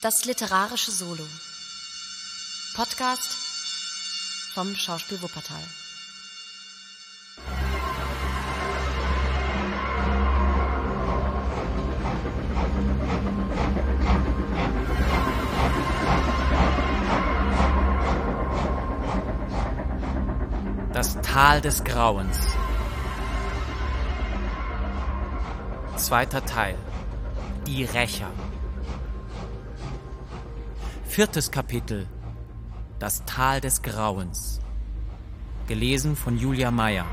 Das literarische Solo. Podcast vom Schauspiel Wuppertal. Das Tal des Grauens. Zweiter Teil. Die Rächer. 4. Kapitel. Das Tal des Grauens. Gelesen von Julia Meyer.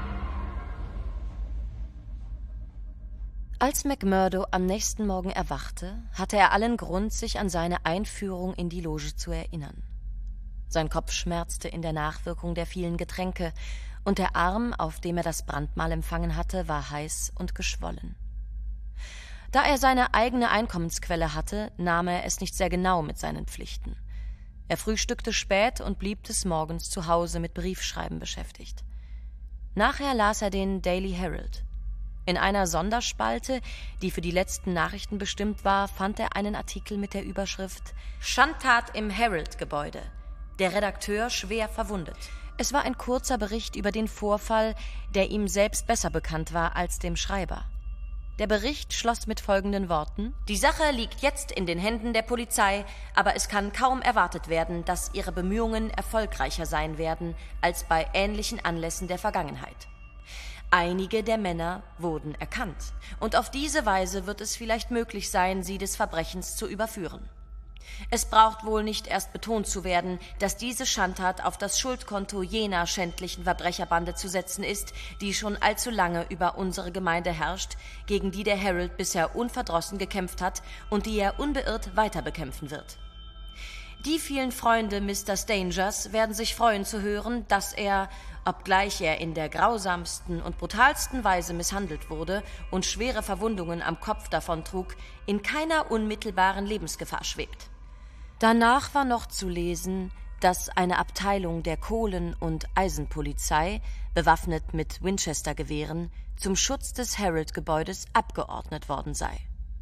Als McMurdo am nächsten Morgen erwachte, hatte er allen Grund, sich an seine Einführung in die Loge zu erinnern. Sein Kopf schmerzte in der Nachwirkung der vielen Getränke, und der Arm, auf dem er das Brandmal empfangen hatte, war heiß und geschwollen. Da er seine eigene Einkommensquelle hatte, nahm er es nicht sehr genau mit seinen Pflichten. Er frühstückte spät und blieb des Morgens zu Hause mit Briefschreiben beschäftigt. Nachher las er den Daily Herald. In einer Sonderspalte, die für die letzten Nachrichten bestimmt war, fand er einen Artikel mit der Überschrift »Schandtat im Herald-Gebäude. Der Redakteur schwer verwundet«. Es war ein kurzer Bericht über den Vorfall, der ihm selbst besser bekannt war als dem Schreiber. Der Bericht schloss mit folgenden Worten: »Die Sache liegt jetzt in den Händen der Polizei, aber es kann kaum erwartet werden, dass ihre Bemühungen erfolgreicher sein werden als bei ähnlichen Anlässen der Vergangenheit. Einige der Männer wurden erkannt, und auf diese Weise wird es vielleicht möglich sein, sie des Verbrechens zu überführen. Es braucht wohl nicht erst betont zu werden, dass diese Schandtat auf das Schuldkonto jener schändlichen Verbrecherbande zu setzen ist, die schon allzu lange über unsere Gemeinde herrscht, gegen die der Herald bisher unverdrossen gekämpft hat und die er unbeirrt weiter bekämpfen wird. Die vielen Freunde Mr. Stangers werden sich freuen zu hören, dass er, obgleich er in der grausamsten und brutalsten Weise misshandelt wurde und schwere Verwundungen am Kopf davontrug, in keiner unmittelbaren Lebensgefahr schwebt.« Danach war noch zu lesen, dass eine Abteilung der Kohlen- und Eisenpolizei, bewaffnet mit Winchester-Gewehren, zum Schutz des Herald-Gebäudes abgeordnet worden sei.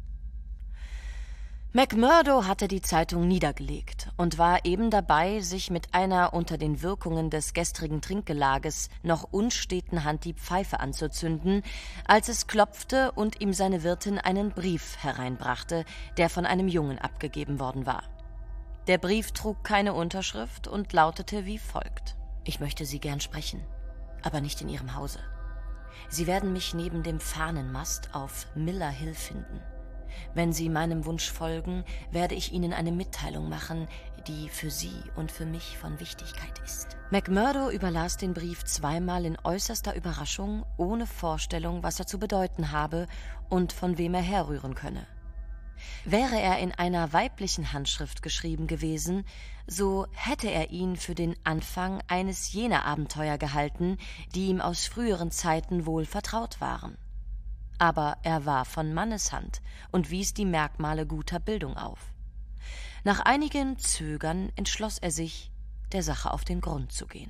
McMurdo hatte die Zeitung niedergelegt und war eben dabei, sich mit einer unter den Wirkungen des gestrigen Trinkgelages noch unsteten Hand die Pfeife anzuzünden, als es klopfte und ihm seine Wirtin einen Brief hereinbrachte, der von einem Jungen abgegeben worden war. Der Brief trug keine Unterschrift und lautete wie folgt: »Ich möchte Sie gern sprechen, aber nicht in Ihrem Hause. Sie werden mich neben dem Fahnenmast auf Miller Hill finden. Wenn Sie meinem Wunsch folgen, werde ich Ihnen eine Mitteilung machen, die für Sie und für mich von Wichtigkeit ist.« McMurdo überlas den Brief zweimal in äußerster Überraschung, ohne Vorstellung, was er zu bedeuten habe und von wem er herrühren könne. Wäre er in einer weiblichen Handschrift geschrieben gewesen, so hätte er ihn für den Anfang eines jener Abenteuer gehalten, die ihm aus früheren Zeiten wohl vertraut waren. Aber er war von Manneshand und wies die Merkmale guter Bildung auf. Nach einigem Zögern entschloss er sich, der Sache auf den Grund zu gehen.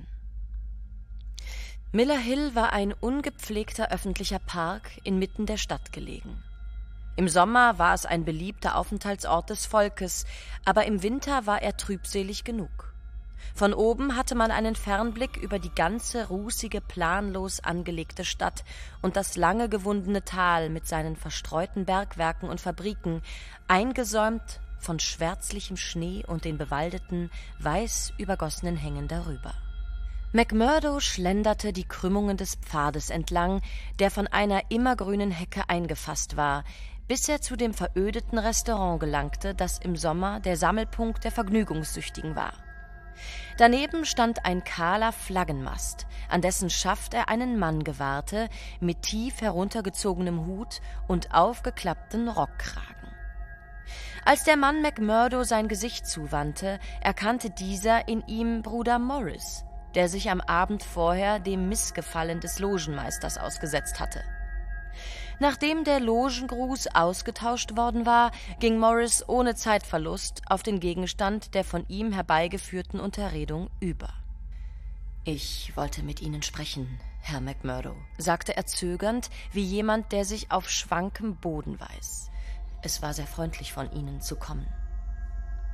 Miller Hill war ein ungepflegter öffentlicher Park inmitten der Stadt gelegen. Im Sommer war es ein beliebter Aufenthaltsort des Volkes, aber im Winter war er trübselig genug. Von oben hatte man einen Fernblick über die ganze rußige, planlos angelegte Stadt und das lange gewundene Tal mit seinen verstreuten Bergwerken und Fabriken, eingesäumt von schwärzlichem Schnee und den bewaldeten, weiß übergossenen Hängen darüber. McMurdo schlenderte die Krümmungen des Pfades entlang, der von einer immergrünen Hecke eingefasst war, bis er zu dem verödeten Restaurant gelangte, das im Sommer der Sammelpunkt der Vergnügungssüchtigen war. Daneben stand ein kahler Flaggenmast, an dessen Schaft er einen Mann gewahrte, mit tief heruntergezogenem Hut und aufgeklappten Rockkragen. Als der Mann McMurdo sein Gesicht zuwandte, erkannte dieser in ihm Bruder Morris, der sich am Abend vorher dem Missgefallen des Logenmeisters ausgesetzt hatte. Nachdem der Logengruß ausgetauscht worden war, ging Morris ohne Zeitverlust auf den Gegenstand der von ihm herbeigeführten Unterredung über. »Ich wollte mit Ihnen sprechen, Herr McMurdo«, sagte er zögernd, wie jemand, der sich auf schwankem Boden weiß. »Es war sehr freundlich von Ihnen zu kommen.«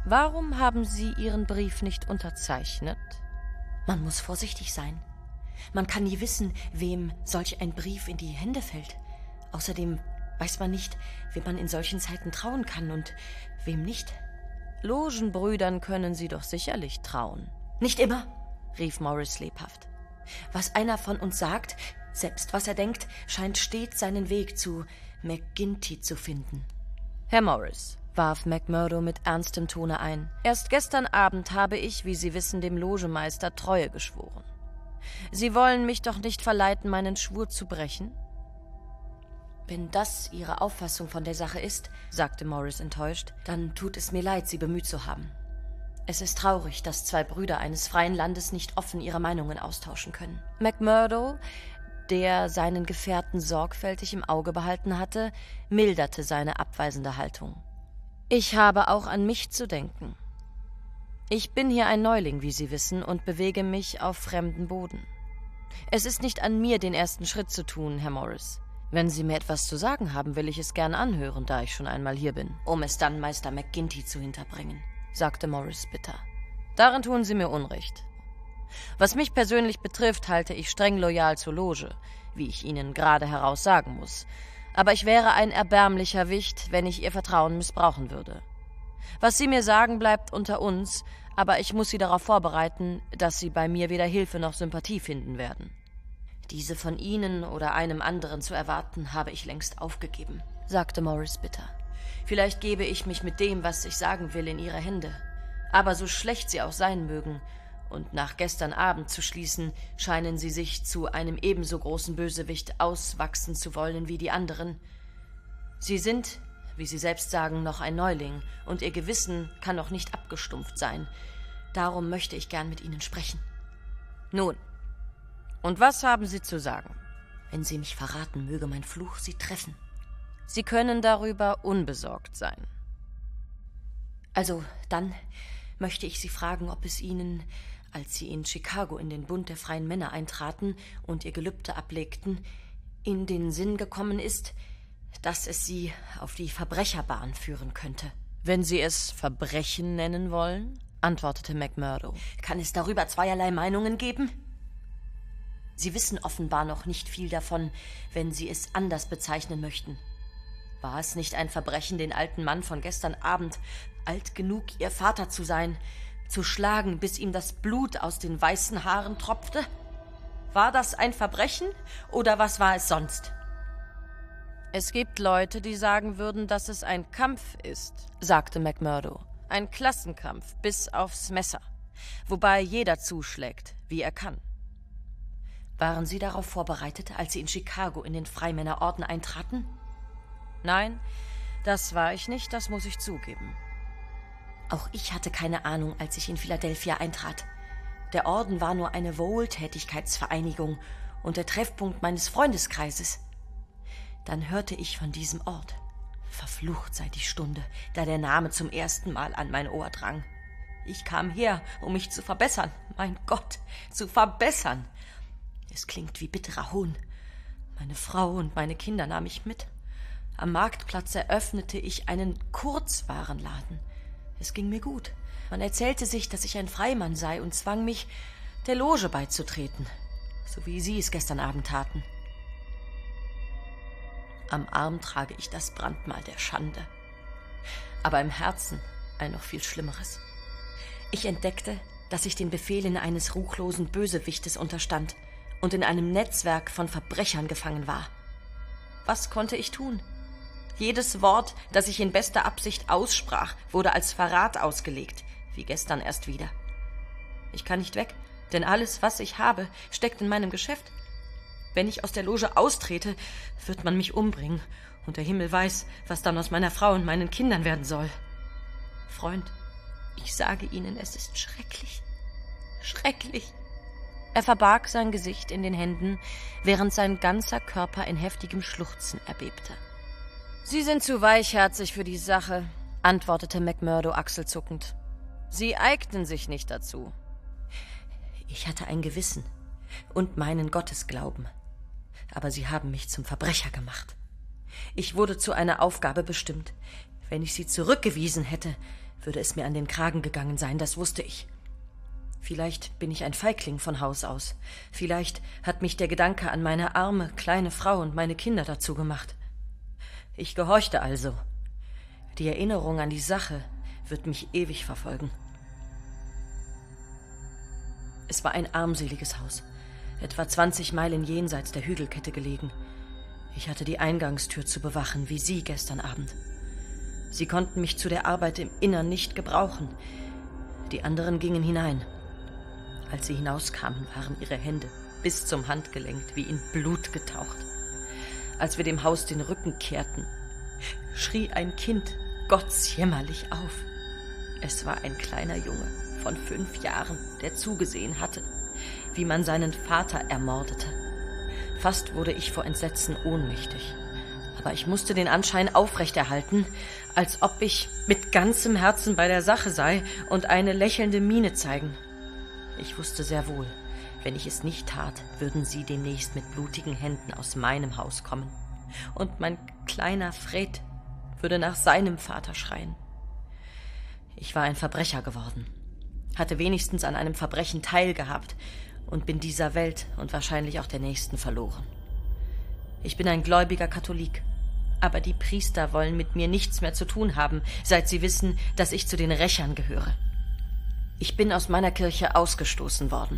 Warum haben Sie Ihren Brief nicht unterzeichnet? Man muss vorsichtig sein. Man kann nie wissen, wem solch ein Brief in die Hände fällt. Außerdem weiß man nicht, wem man in solchen Zeiten trauen kann und wem nicht. Logenbrüdern können Sie doch sicherlich trauen. Nicht immer, rief Morris lebhaft. Was einer von uns sagt, selbst was er denkt, scheint stets seinen Weg zu McGinty zu finden. Herr Morris, warf McMurdo mit ernstem Tone ein, erst gestern Abend habe ich, wie Sie wissen, dem Logemeister Treue geschworen. Sie wollen mich doch nicht verleiten, meinen Schwur zu brechen? Wenn das Ihre Auffassung von der Sache ist, sagte Morris enttäuscht, dann tut es mir leid, Sie bemüht zu haben. Es ist traurig, dass zwei Brüder eines freien Landes nicht offen ihre Meinungen austauschen können. McMurdo, der seinen Gefährten sorgfältig im Auge behalten hatte, milderte seine abweisende Haltung. Ich habe auch an mich zu denken. Ich bin hier ein Neuling, wie Sie wissen, und bewege mich auf fremden Boden. Es ist nicht an mir, den ersten Schritt zu tun, Herr Morris. Wenn Sie mir etwas zu sagen haben, will ich es gern anhören, da ich schon einmal hier bin. Um es dann Meister McGinty zu hinterbringen, sagte Morris bitter. Darin tun Sie mir Unrecht. Was mich persönlich betrifft, halte ich streng loyal zur Loge, wie ich Ihnen gerade heraus sagen muss. Aber ich wäre ein erbärmlicher Wicht, wenn ich Ihr Vertrauen missbrauchen würde. Was Sie mir sagen, bleibt unter uns, aber ich muss Sie darauf vorbereiten, dass Sie bei mir weder Hilfe noch Sympathie finden werden. Diese von Ihnen oder einem anderen zu erwarten, habe ich längst aufgegeben, sagte Morris bitter. Vielleicht gebe ich mich mit dem, was ich sagen will, in Ihre Hände. Aber so schlecht Sie auch sein mögen, und nach gestern Abend zu schließen, scheinen Sie sich zu einem ebenso großen Bösewicht auswachsen zu wollen wie die anderen. Sie sind, wie Sie selbst sagen, noch ein Neuling, und Ihr Gewissen kann noch nicht abgestumpft sein. Darum möchte ich gern mit Ihnen sprechen. Nun, und was haben Sie zu sagen? Wenn Sie mich verraten, möge mein Fluch Sie treffen. Sie können darüber unbesorgt sein. Also, dann möchte ich Sie fragen, ob es Ihnen, als Sie in Chicago in den Bund der freien Männer eintraten und Ihr Gelübde ablegten, in den Sinn gekommen ist, dass es Sie auf die Verbrecherbahn führen könnte. Wenn Sie es Verbrechen nennen wollen, antwortete McMurdo. Kann es darüber zweierlei Meinungen geben? Sie wissen offenbar noch nicht viel davon, wenn Sie es anders bezeichnen möchten. War es nicht ein Verbrechen, den alten Mann von gestern Abend, alt genug, Ihr Vater zu sein, zu schlagen, bis ihm das Blut aus den weißen Haaren tropfte? War das ein Verbrechen, oder was war es sonst? Es gibt Leute, die sagen würden, dass es ein Kampf ist, sagte McMurdo. Ein Klassenkampf bis aufs Messer, wobei jeder zuschlägt, wie er kann. Waren Sie darauf vorbereitet, als Sie in Chicago in den Freimännerorden eintraten? Nein, das war ich nicht, das muss ich zugeben. Auch ich hatte keine Ahnung, als ich in Philadelphia eintrat. Der Orden war nur eine Wohltätigkeitsvereinigung und der Treffpunkt meines Freundeskreises. Dann hörte ich von diesem Ort. Verflucht sei die Stunde, da der Name zum ersten Mal an mein Ohr drang. Ich kam her, um mich zu verbessern. Mein Gott, zu verbessern. Es klingt wie bitterer Hohn. Meine Frau und meine Kinder nahm ich mit. Am Marktplatz eröffnete ich einen Kurzwarenladen. Es ging mir gut. Man erzählte sich, dass ich ein Freimann sei und zwang mich, der Loge beizutreten, so wie Sie es gestern Abend taten. Am Arm trage ich das Brandmal der Schande, aber im Herzen ein noch viel Schlimmeres. Ich entdeckte, dass ich den Befehlen eines ruchlosen Bösewichtes unterstand und in einem Netzwerk von Verbrechern gefangen war. Was konnte ich tun? Jedes Wort, das ich in bester Absicht aussprach, wurde als Verrat ausgelegt, wie gestern erst wieder. Ich kann nicht weg, denn alles, was ich habe, steckt in meinem Geschäft. Wenn ich aus der Loge austrete, wird man mich umbringen, und der Himmel weiß, was dann aus meiner Frau und meinen Kindern werden soll. Freund, ich sage Ihnen, es ist schrecklich. Schrecklich. Er verbarg sein Gesicht in den Händen, während sein ganzer Körper in heftigem Schluchzen erbebte. »Sie sind zu weichherzig für die Sache«, antwortete McMurdo achselzuckend. »Sie eignen sich nicht dazu.« Ich hatte ein Gewissen und meinen Gottesglauben, aber Sie haben mich zum Verbrecher gemacht. Ich wurde zu einer Aufgabe bestimmt. Wenn ich Sie zurückgewiesen hätte, würde es mir an den Kragen gegangen sein, das wusste ich. Vielleicht bin ich ein Feigling von Haus aus. Vielleicht hat mich der Gedanke an meine arme, kleine Frau und meine Kinder dazu gemacht. Ich gehorchte also. Die Erinnerung an die Sache wird mich ewig verfolgen. Es war ein armseliges Haus, etwa 20 Meilen jenseits der Hügelkette gelegen. Ich hatte die Eingangstür zu bewachen, wie Sie gestern Abend. Sie konnten mich zu der Arbeit im Innern nicht gebrauchen. Die anderen gingen hinein. Als sie hinauskamen, waren ihre Hände bis zum Handgelenk wie in Blut getaucht. Als wir dem Haus den Rücken kehrten, schrie ein Kind gottsjämmerlich auf. Es war ein kleiner Junge von 5 Jahren, der zugesehen hatte, wie man seinen Vater ermordete. Fast wurde ich vor Entsetzen ohnmächtig. Aber ich musste den Anschein aufrechterhalten, als ob ich mit ganzem Herzen bei der Sache sei und eine lächelnde Miene zeigen. Ich wusste sehr wohl, wenn ich es nicht tat, würden sie demnächst mit blutigen Händen aus meinem Haus kommen. Und mein kleiner Fred würde nach seinem Vater schreien. Ich war ein Verbrecher geworden, hatte wenigstens an einem Verbrechen teilgehabt und bin dieser Welt und wahrscheinlich auch der nächsten verloren. Ich bin ein gläubiger Katholik, aber die Priester wollen mit mir nichts mehr zu tun haben, seit sie wissen, dass ich zu den Rächern gehöre. Ich bin aus meiner Kirche ausgestoßen worden.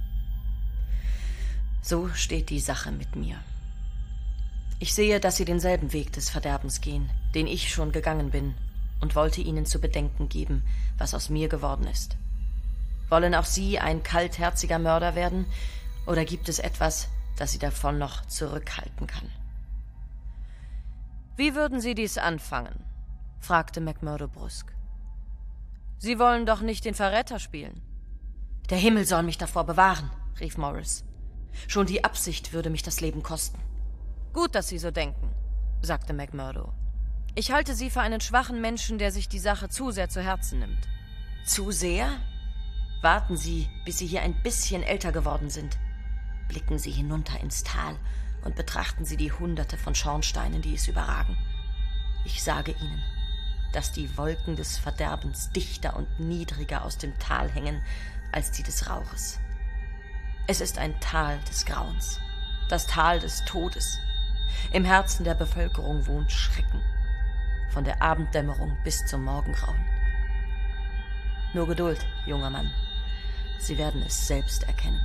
So steht die Sache mit mir. Ich sehe, dass Sie denselben Weg des Verderbens gehen, den ich schon gegangen bin, und wollte Ihnen zu bedenken geben, was aus mir geworden ist. Wollen auch Sie ein kaltherziger Mörder werden, oder gibt es etwas, das Sie davon noch zurückhalten kann? »Wie würden Sie dies anfangen?« fragte McMurdo brüsk. »Sie wollen doch nicht den Verräter spielen.« »Der Himmel soll mich davor bewahren«, rief Morris. »Schon die Absicht würde mich das Leben kosten.« »Gut, dass Sie so denken«, sagte McMurdo. »Ich halte Sie für einen schwachen Menschen, der sich die Sache zu sehr zu Herzen nimmt.« »Zu sehr? Warten Sie, bis Sie hier ein bisschen älter geworden sind. Blicken Sie hinunter ins Tal und betrachten Sie die Hunderte von Schornsteinen, die es überragen. Ich sage Ihnen, dass die Wolken des Verderbens dichter und niedriger aus dem Tal hängen als die des Rauches. Es ist ein Tal des Grauens, das Tal des Todes. Im Herzen der Bevölkerung wohnt Schrecken, von der Abenddämmerung bis zum Morgengrauen. Nur Geduld, junger Mann, Sie werden es selbst erkennen.«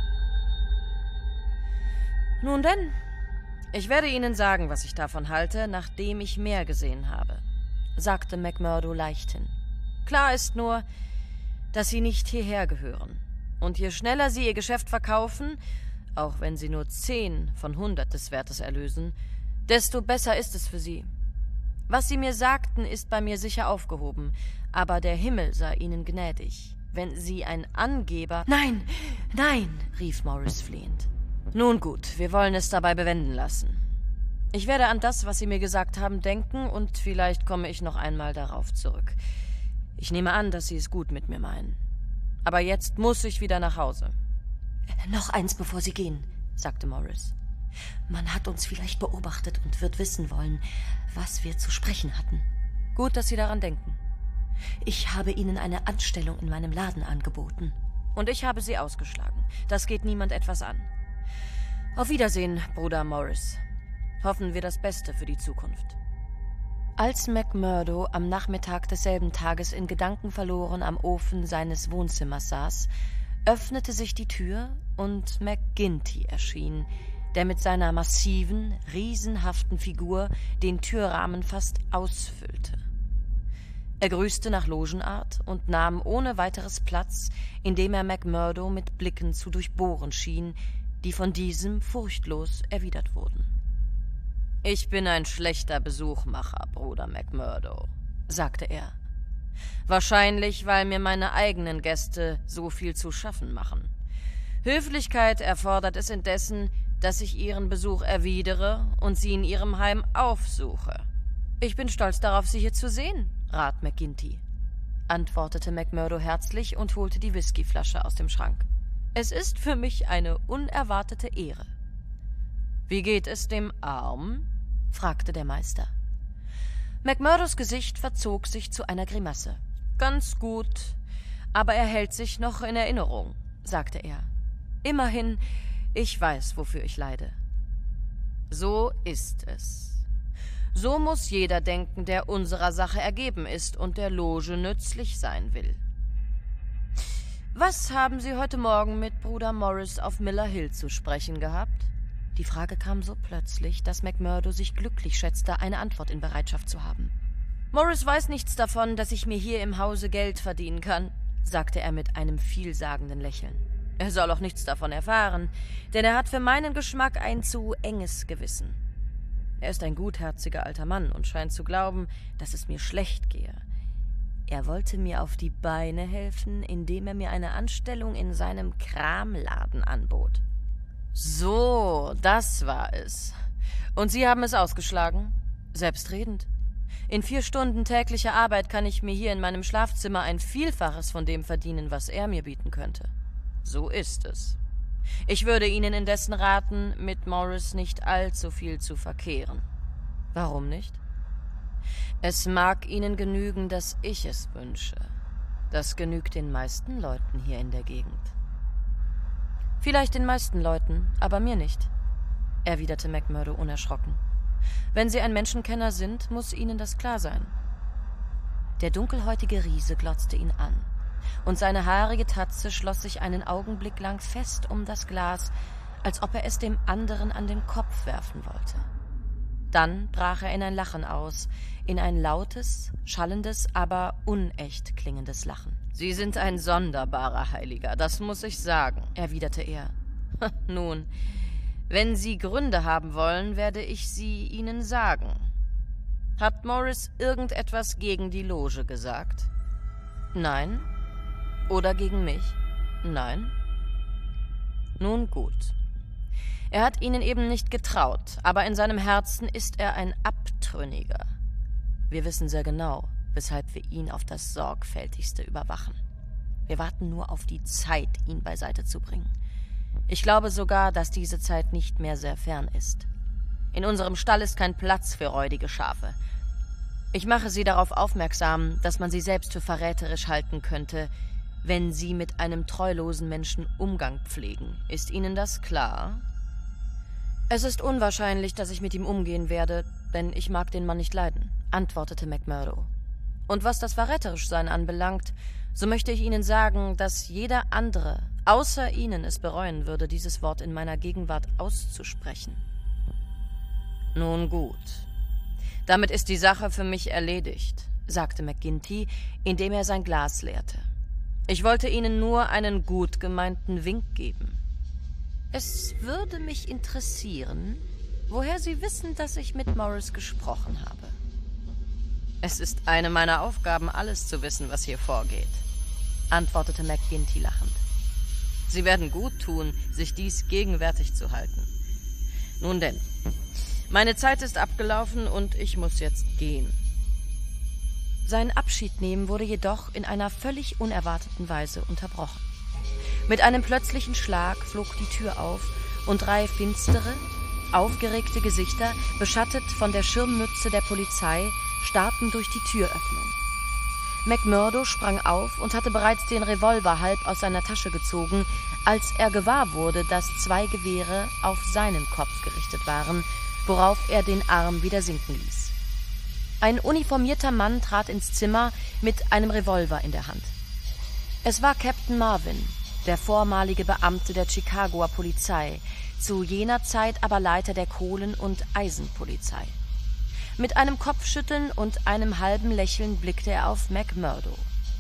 »Nun denn, ich werde Ihnen sagen, was ich davon halte, nachdem ich mehr gesehen habe«, sagte McMurdo leichthin. »Klar ist nur, dass Sie nicht hierher gehören. Und je schneller Sie Ihr Geschäft verkaufen, auch wenn Sie nur 10 von 100 des Wertes erlösen, desto besser ist es für Sie. Was Sie mir sagten, ist bei mir sicher aufgehoben, aber der Himmel sei Ihnen gnädig. Wenn Sie ein Angeber...« »Nein, nein«, rief Morris flehend. »Nun gut, wir wollen es dabei bewenden lassen. Ich werde an das, was Sie mir gesagt haben, denken und vielleicht komme ich noch einmal darauf zurück. Ich nehme an, dass Sie es gut mit mir meinen. Aber jetzt muss ich wieder nach Hause.« »Noch eins, bevor Sie gehen«, sagte Morris. »Man hat uns vielleicht beobachtet und wird wissen wollen, was wir zu sprechen hatten.« »Gut, dass Sie daran denken.« »Ich habe Ihnen eine Anstellung in meinem Laden angeboten.« »Und ich habe Sie ausgeschlagen. Das geht niemand etwas an. Auf Wiedersehen, Bruder Morris. Hoffen wir das Beste für die Zukunft.« Als McMurdo am Nachmittag desselben Tages in Gedanken verloren am Ofen seines Wohnzimmers saß, öffnete sich die Tür und McGinty erschien, der mit seiner massiven, riesenhaften Figur den Türrahmen fast ausfüllte. Er grüßte nach Logenart und nahm ohne weiteres Platz, indem er McMurdo mit Blicken zu durchbohren schien, die von diesem furchtlos erwidert wurden. »Ich bin ein schlechter Besuchmacher, Bruder McMurdo«, sagte er. »Wahrscheinlich, weil mir meine eigenen Gäste so viel zu schaffen machen. Höflichkeit erfordert es indessen, dass ich Ihren Besuch erwidere und Sie in Ihrem Heim aufsuche. Ich bin stolz darauf, Sie hier zu sehen, Rat McGinty«, antwortete McMurdo herzlich und holte die Whiskyflasche aus dem Schrank. »Es ist für mich eine unerwartete Ehre.« »Wie geht es dem Arm?« fragte der Meister. McMurdos Gesicht verzog sich zu einer Grimasse. ganz gut, aber er hält sich noch in Erinnerung, sagte er. Immerhin, ich weiß, wofür ich leide. So ist es. So muss jeder denken, der unserer Sache ergeben ist und der Loge nützlich sein will. Was haben Sie heute Morgen mit Bruder Morris auf Miller Hill zu sprechen gehabt? Die Frage kam so plötzlich, dass McMurdo sich glücklich schätzte, eine Antwort in Bereitschaft zu haben. Morris weiß nichts davon, dass ich mir hier im Hause Geld verdienen kann, sagte er mit einem vielsagenden Lächeln. Er soll auch nichts davon erfahren, denn er hat für meinen Geschmack ein zu enges Gewissen. Er ist ein gutherziger alter Mann und scheint zu glauben, dass es mir schlecht gehe. Er wollte mir auf die Beine helfen, indem er mir eine Anstellung in seinem Kramladen anbot. So, das war es. Und Sie haben es ausgeschlagen? Selbstredend. In 4 Stunden täglicher Arbeit kann ich mir hier in meinem Schlafzimmer ein Vielfaches von dem verdienen, was er mir bieten könnte. So ist es. Ich würde Ihnen indessen raten, mit Morris nicht allzu viel zu verkehren. Warum nicht? Es mag Ihnen genügen, dass ich es wünsche. Das genügt den meisten Leuten hier in der Gegend. Vielleicht den meisten Leuten, aber mir nicht, erwiderte McMurdo unerschrocken. Wenn Sie ein Menschenkenner sind, muss Ihnen das klar sein. Der dunkelhäutige Riese glotzte ihn an, und seine haarige Tatze schloss sich einen Augenblick lang fest um das Glas, als ob er es dem anderen an den Kopf werfen wollte. Dann brach er in ein Lachen aus, in ein lautes, schallendes, aber unecht klingendes Lachen. »Sie sind ein sonderbarer Heiliger, das muss ich sagen«, erwiderte er. »Nun, wenn Sie Gründe haben wollen, werde ich sie Ihnen sagen. Hat Morris irgendetwas gegen die Loge gesagt? Nein? Oder gegen mich? Nein? Nun gut. Er hat Ihnen eben nicht getraut, aber in seinem Herzen ist er ein Abtrünniger. Wir wissen sehr genau, weshalb wir ihn auf das Sorgfältigste überwachen. Wir warten nur auf die Zeit, ihn beiseite zu bringen. Ich glaube sogar, dass diese Zeit nicht mehr sehr fern ist. In unserem Stall ist kein Platz für räudige Schafe. Ich mache Sie darauf aufmerksam, dass man Sie selbst für verräterisch halten könnte, wenn Sie mit einem treulosen Menschen Umgang pflegen. Ist Ihnen das klar? Es ist unwahrscheinlich, dass ich mit ihm umgehen werde, denn ich mag den Mann nicht leiden, antwortete McMurdo. Und was das Verräterischsein anbelangt, so möchte ich Ihnen sagen, dass jeder andere, außer Ihnen, es bereuen würde, dieses Wort in meiner Gegenwart auszusprechen. Nun gut. Damit ist die Sache für mich erledigt, sagte McGinty, indem er sein Glas leerte. Ich wollte Ihnen nur einen gut gemeinten Wink geben. Es würde mich interessieren, woher Sie wissen, dass ich mit Morris gesprochen habe. Es ist eine meiner Aufgaben, alles zu wissen, was hier vorgeht, antwortete McGinty lachend. Sie werden gut tun, sich dies gegenwärtig zu halten. Nun denn, meine Zeit ist abgelaufen und ich muss jetzt gehen. Sein Abschiednehmen wurde jedoch in einer völlig unerwarteten Weise unterbrochen. Mit einem plötzlichen Schlag flog die Tür auf und 3 finstere, aufgeregte Gesichter, beschattet von der Schirmmütze der Polizei, starrten durch die Türöffnung. McMurdo sprang auf und hatte bereits den Revolver halb aus seiner Tasche gezogen, als er gewahr wurde, dass 2 Gewehre auf seinen Kopf gerichtet waren, worauf er den Arm wieder sinken ließ. Ein uniformierter Mann trat ins Zimmer mit einem Revolver in der Hand. Es war Captain Marvin, der vormalige Beamte der Chicagoer Polizei, zu jener Zeit aber Leiter der Kohlen- und Eisenpolizei. Mit einem Kopfschütteln und einem halben Lächeln blickte er auf McMurdo.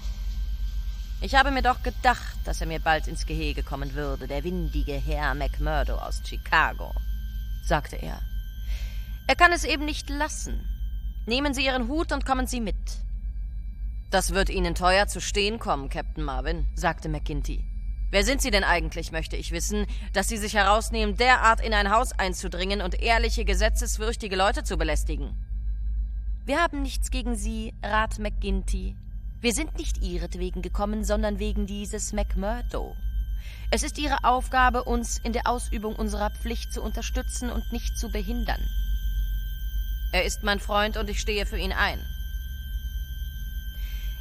»Ich habe mir doch gedacht, dass er mir bald ins Gehege kommen würde, der windige Herr McMurdo aus Chicago«, sagte er. »Er kann es eben nicht lassen. Nehmen Sie Ihren Hut und kommen Sie mit.« »Das wird Ihnen teuer zu stehen kommen, Captain Marvin«, sagte McGinty. »Wer sind Sie denn eigentlich, möchte ich wissen, dass Sie sich herausnehmen, derart in ein Haus einzudringen und ehrliche, gesetzesfürchtige Leute zu belästigen?« »Wir haben nichts gegen Sie, Rat McGinty. Wir sind nicht Ihretwegen gekommen, sondern wegen dieses McMurdo. Es ist Ihre Aufgabe, uns in der Ausübung unserer Pflicht zu unterstützen und nicht zu behindern. Er ist mein Freund und ich stehe für ihn ein.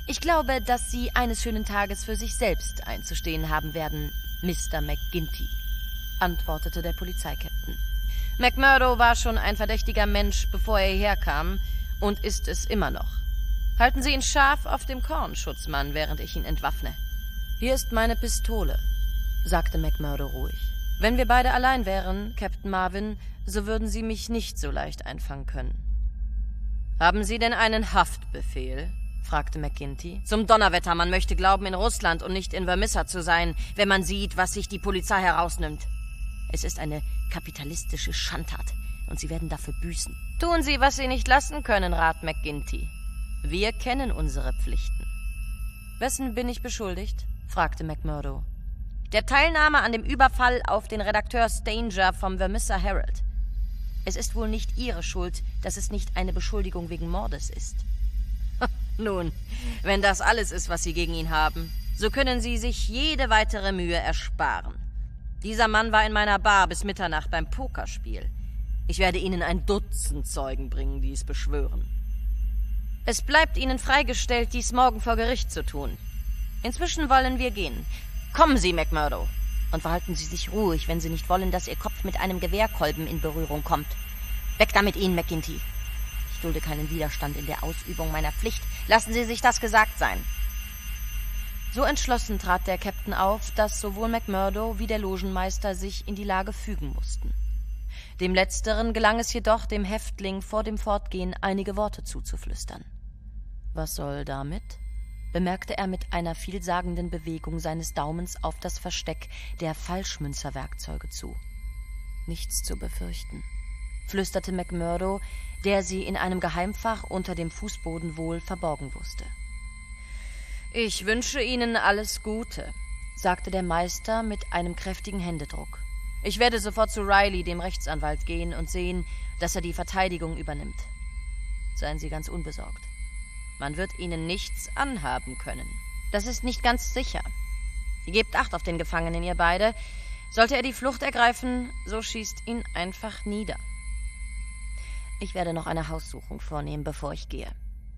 Ich glaube, dass Sie eines schönen Tages für sich selbst einzustehen haben werden, Mr. McGinty, antwortete der Polizeikapitän. McMurdo war schon ein verdächtiger Mensch, bevor er hierher kam, und ist es immer noch. Halten Sie ihn scharf auf dem Korn, Schutzmann, während ich ihn entwaffne. Hier ist meine Pistole, sagte McMurdo ruhig. Wenn wir beide allein wären, Captain Marvin, so würden Sie mich nicht so leicht einfangen können. Haben Sie denn einen Haftbefehl? Fragte McGinty. Zum Donnerwetter, man möchte glauben, in Russland und nicht in Vermissa zu sein, wenn man sieht, was sich die Polizei herausnimmt. Es ist eine kapitalistische Schandtat, und Sie werden dafür büßen. Tun Sie, was Sie nicht lassen können, Rat McGinty. Wir kennen unsere Pflichten. Wessen bin ich beschuldigt? Fragte McMurdo. Der Teilnahme an dem Überfall auf den Redakteur Stanger vom Vermissa Herald. Es ist wohl nicht Ihre Schuld, dass es nicht eine Beschuldigung wegen Mordes ist. Nun, wenn das alles ist, was Sie gegen ihn haben, so können Sie sich jede weitere Mühe ersparen. Dieser Mann war in meiner Bar bis Mitternacht beim Pokerspiel. Ich werde Ihnen ein Dutzend Zeugen bringen, die es beschwören. Es bleibt Ihnen freigestellt, dies morgen vor Gericht zu tun. Inzwischen wollen wir gehen. Kommen Sie, McMurdo. Und verhalten Sie sich ruhig, wenn Sie nicht wollen, dass Ihr Kopf mit einem Gewehrkolben in Berührung kommt. Weg da mit Ihnen, McGinty. Ich dulde keinen Widerstand in der Ausübung meiner Pflicht. Lassen Sie sich das gesagt sein. So entschlossen trat der Captain auf, dass sowohl McMurdo wie der Logenmeister sich in die Lage fügen mussten. Dem Letzteren gelang es jedoch, dem Häftling vor dem Fortgehen einige Worte zuzuflüstern. »Was soll damit?« bemerkte er mit einer vielsagenden Bewegung seines Daumens auf das Versteck der Falschmünzerwerkzeuge zu. »Nichts zu befürchten«, flüsterte McMurdo, der sie in einem Geheimfach unter dem Fußboden wohl verborgen wusste. »Ich wünsche Ihnen alles Gute«, sagte der Meister mit einem kräftigen Händedruck. »Ich werde sofort zu Riley, dem Rechtsanwalt, gehen und sehen, dass er die Verteidigung übernimmt. Seien Sie ganz unbesorgt. Man wird Ihnen nichts anhaben können. Das ist nicht ganz sicher. Gebt Acht auf den Gefangenen, ihr beide. Sollte er die Flucht ergreifen, so schießt ihn einfach nieder. Ich werde noch eine Haussuchung vornehmen, bevor ich gehe.«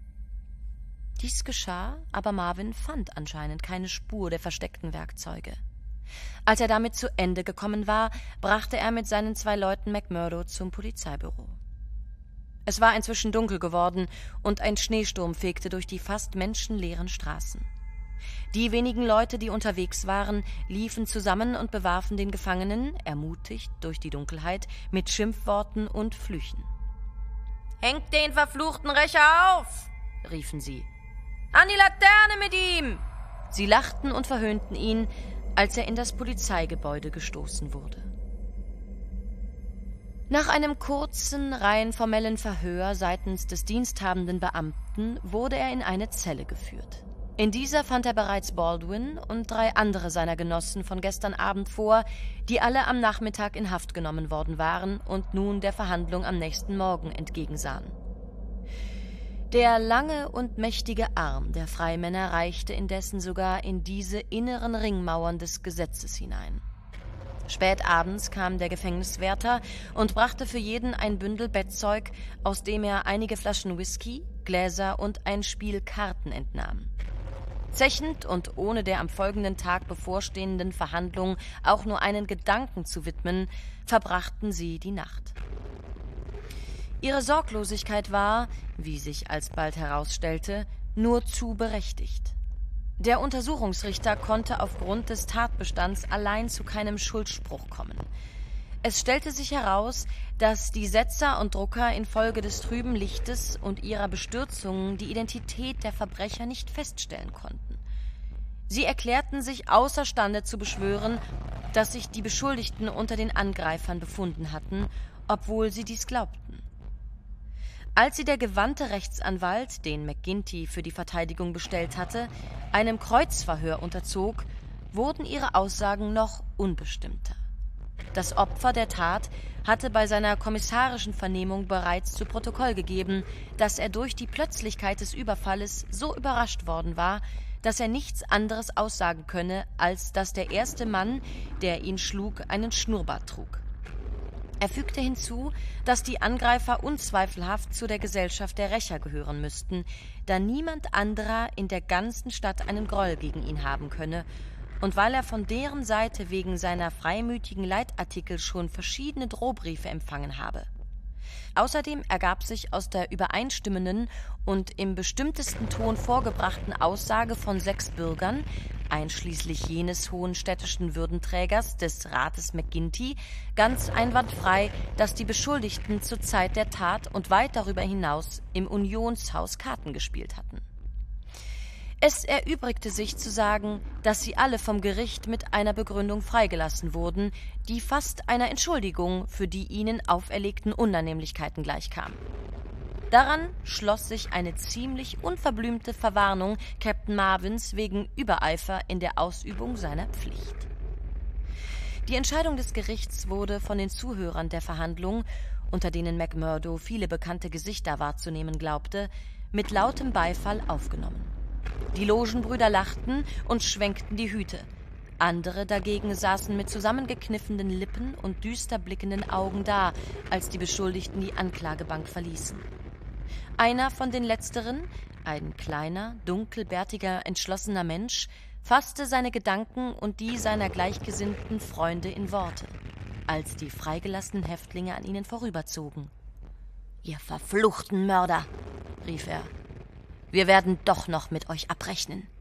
Dies geschah, aber Marvin fand anscheinend keine Spur der versteckten Werkzeuge. Als er damit zu Ende gekommen war, brachte er mit seinen 2 Leuten McMurdo zum Polizeibüro. Es war inzwischen dunkel geworden und ein Schneesturm fegte durch die fast menschenleeren Straßen. Die wenigen Leute, die unterwegs waren, liefen zusammen und bewarfen den Gefangenen, ermutigt durch die Dunkelheit, mit Schimpfworten und Flüchen. »Hängt den verfluchten Rächer auf!« riefen sie. »An die Laterne mit ihm!« Sie lachten und verhöhnten ihn, als er in das Polizeigebäude gestoßen wurde. Nach einem kurzen, rein formellen Verhör seitens des diensthabenden Beamten wurde er in eine Zelle geführt. In dieser fand er bereits Baldwin und 3 andere seiner Genossen von gestern Abend vor, die alle am Nachmittag in Haft genommen worden waren und nun der Verhandlung am nächsten Morgen entgegensahen. Der lange und mächtige Arm der Freimänner reichte indessen sogar in diese inneren Ringmauern des Gesetzes hinein. Spät abends kam der Gefängniswärter und brachte für jeden ein Bündel Bettzeug, aus dem er einige Flaschen Whisky, Gläser und ein Spiel Karten entnahm. Zechend und ohne der am folgenden Tag bevorstehenden Verhandlung auch nur einen Gedanken zu widmen, verbrachten sie die Nacht. Ihre Sorglosigkeit war, wie sich alsbald herausstellte, nur zu berechtigt. Der Untersuchungsrichter konnte aufgrund des Tatbestands allein zu keinem Schuldspruch kommen. Es stellte sich heraus, dass die Setzer und Drucker infolge des trüben Lichtes und ihrer Bestürzungen die Identität der Verbrecher nicht feststellen konnten. Sie erklärten sich außerstande zu beschwören, dass sich die Beschuldigten unter den Angreifern befunden hatten, obwohl sie dies glaubten. Als sie der gewandte Rechtsanwalt, den McGinty für die Verteidigung bestellt hatte, einem Kreuzverhör unterzog, wurden ihre Aussagen noch unbestimmter. Das Opfer der Tat hatte bei seiner kommissarischen Vernehmung bereits zu Protokoll gegeben, dass er durch die Plötzlichkeit des Überfalles so überrascht worden war, dass er nichts anderes aussagen könne, als dass der erste Mann, der ihn schlug, einen Schnurrbart trug. Er fügte hinzu, dass die Angreifer unzweifelhaft zu der Gesellschaft der Rächer gehören müssten, da niemand anderer in der ganzen Stadt einen Groll gegen ihn haben könne, und weil er von deren Seite wegen seiner freimütigen Leitartikel schon verschiedene Drohbriefe empfangen habe. Außerdem ergab sich aus der übereinstimmenden und im bestimmtesten Ton vorgebrachten Aussage von 6 Bürgern, einschließlich jenes hohenstädtischen Würdenträgers des Rates McGinty, ganz einwandfrei, dass die Beschuldigten zur Zeit der Tat und weit darüber hinaus im Unionshaus Karten gespielt hatten. Es erübrigte sich zu sagen, dass sie alle vom Gericht mit einer Begründung freigelassen wurden, die fast einer Entschuldigung für die ihnen auferlegten Unannehmlichkeiten gleichkam. Daran schloss sich eine ziemlich unverblümte Verwarnung Captain Marvins wegen Übereifer in der Ausübung seiner Pflicht. Die Entscheidung des Gerichts wurde von den Zuhörern der Verhandlung, unter denen McMurdo viele bekannte Gesichter wahrzunehmen glaubte, mit lautem Beifall aufgenommen. Die Logenbrüder lachten und schwenkten die Hüte. Andere dagegen saßen mit zusammengekniffenen Lippen und düster blickenden Augen da, als die Beschuldigten die Anklagebank verließen. Einer von den Letzteren, ein kleiner, dunkelbärtiger, entschlossener Mensch, fasste seine Gedanken und die seiner gleichgesinnten Freunde in Worte, als die freigelassenen Häftlinge an ihnen vorüberzogen. »Ihr verfluchten Mörder«, rief er, »wir werden doch noch mit euch abrechnen.«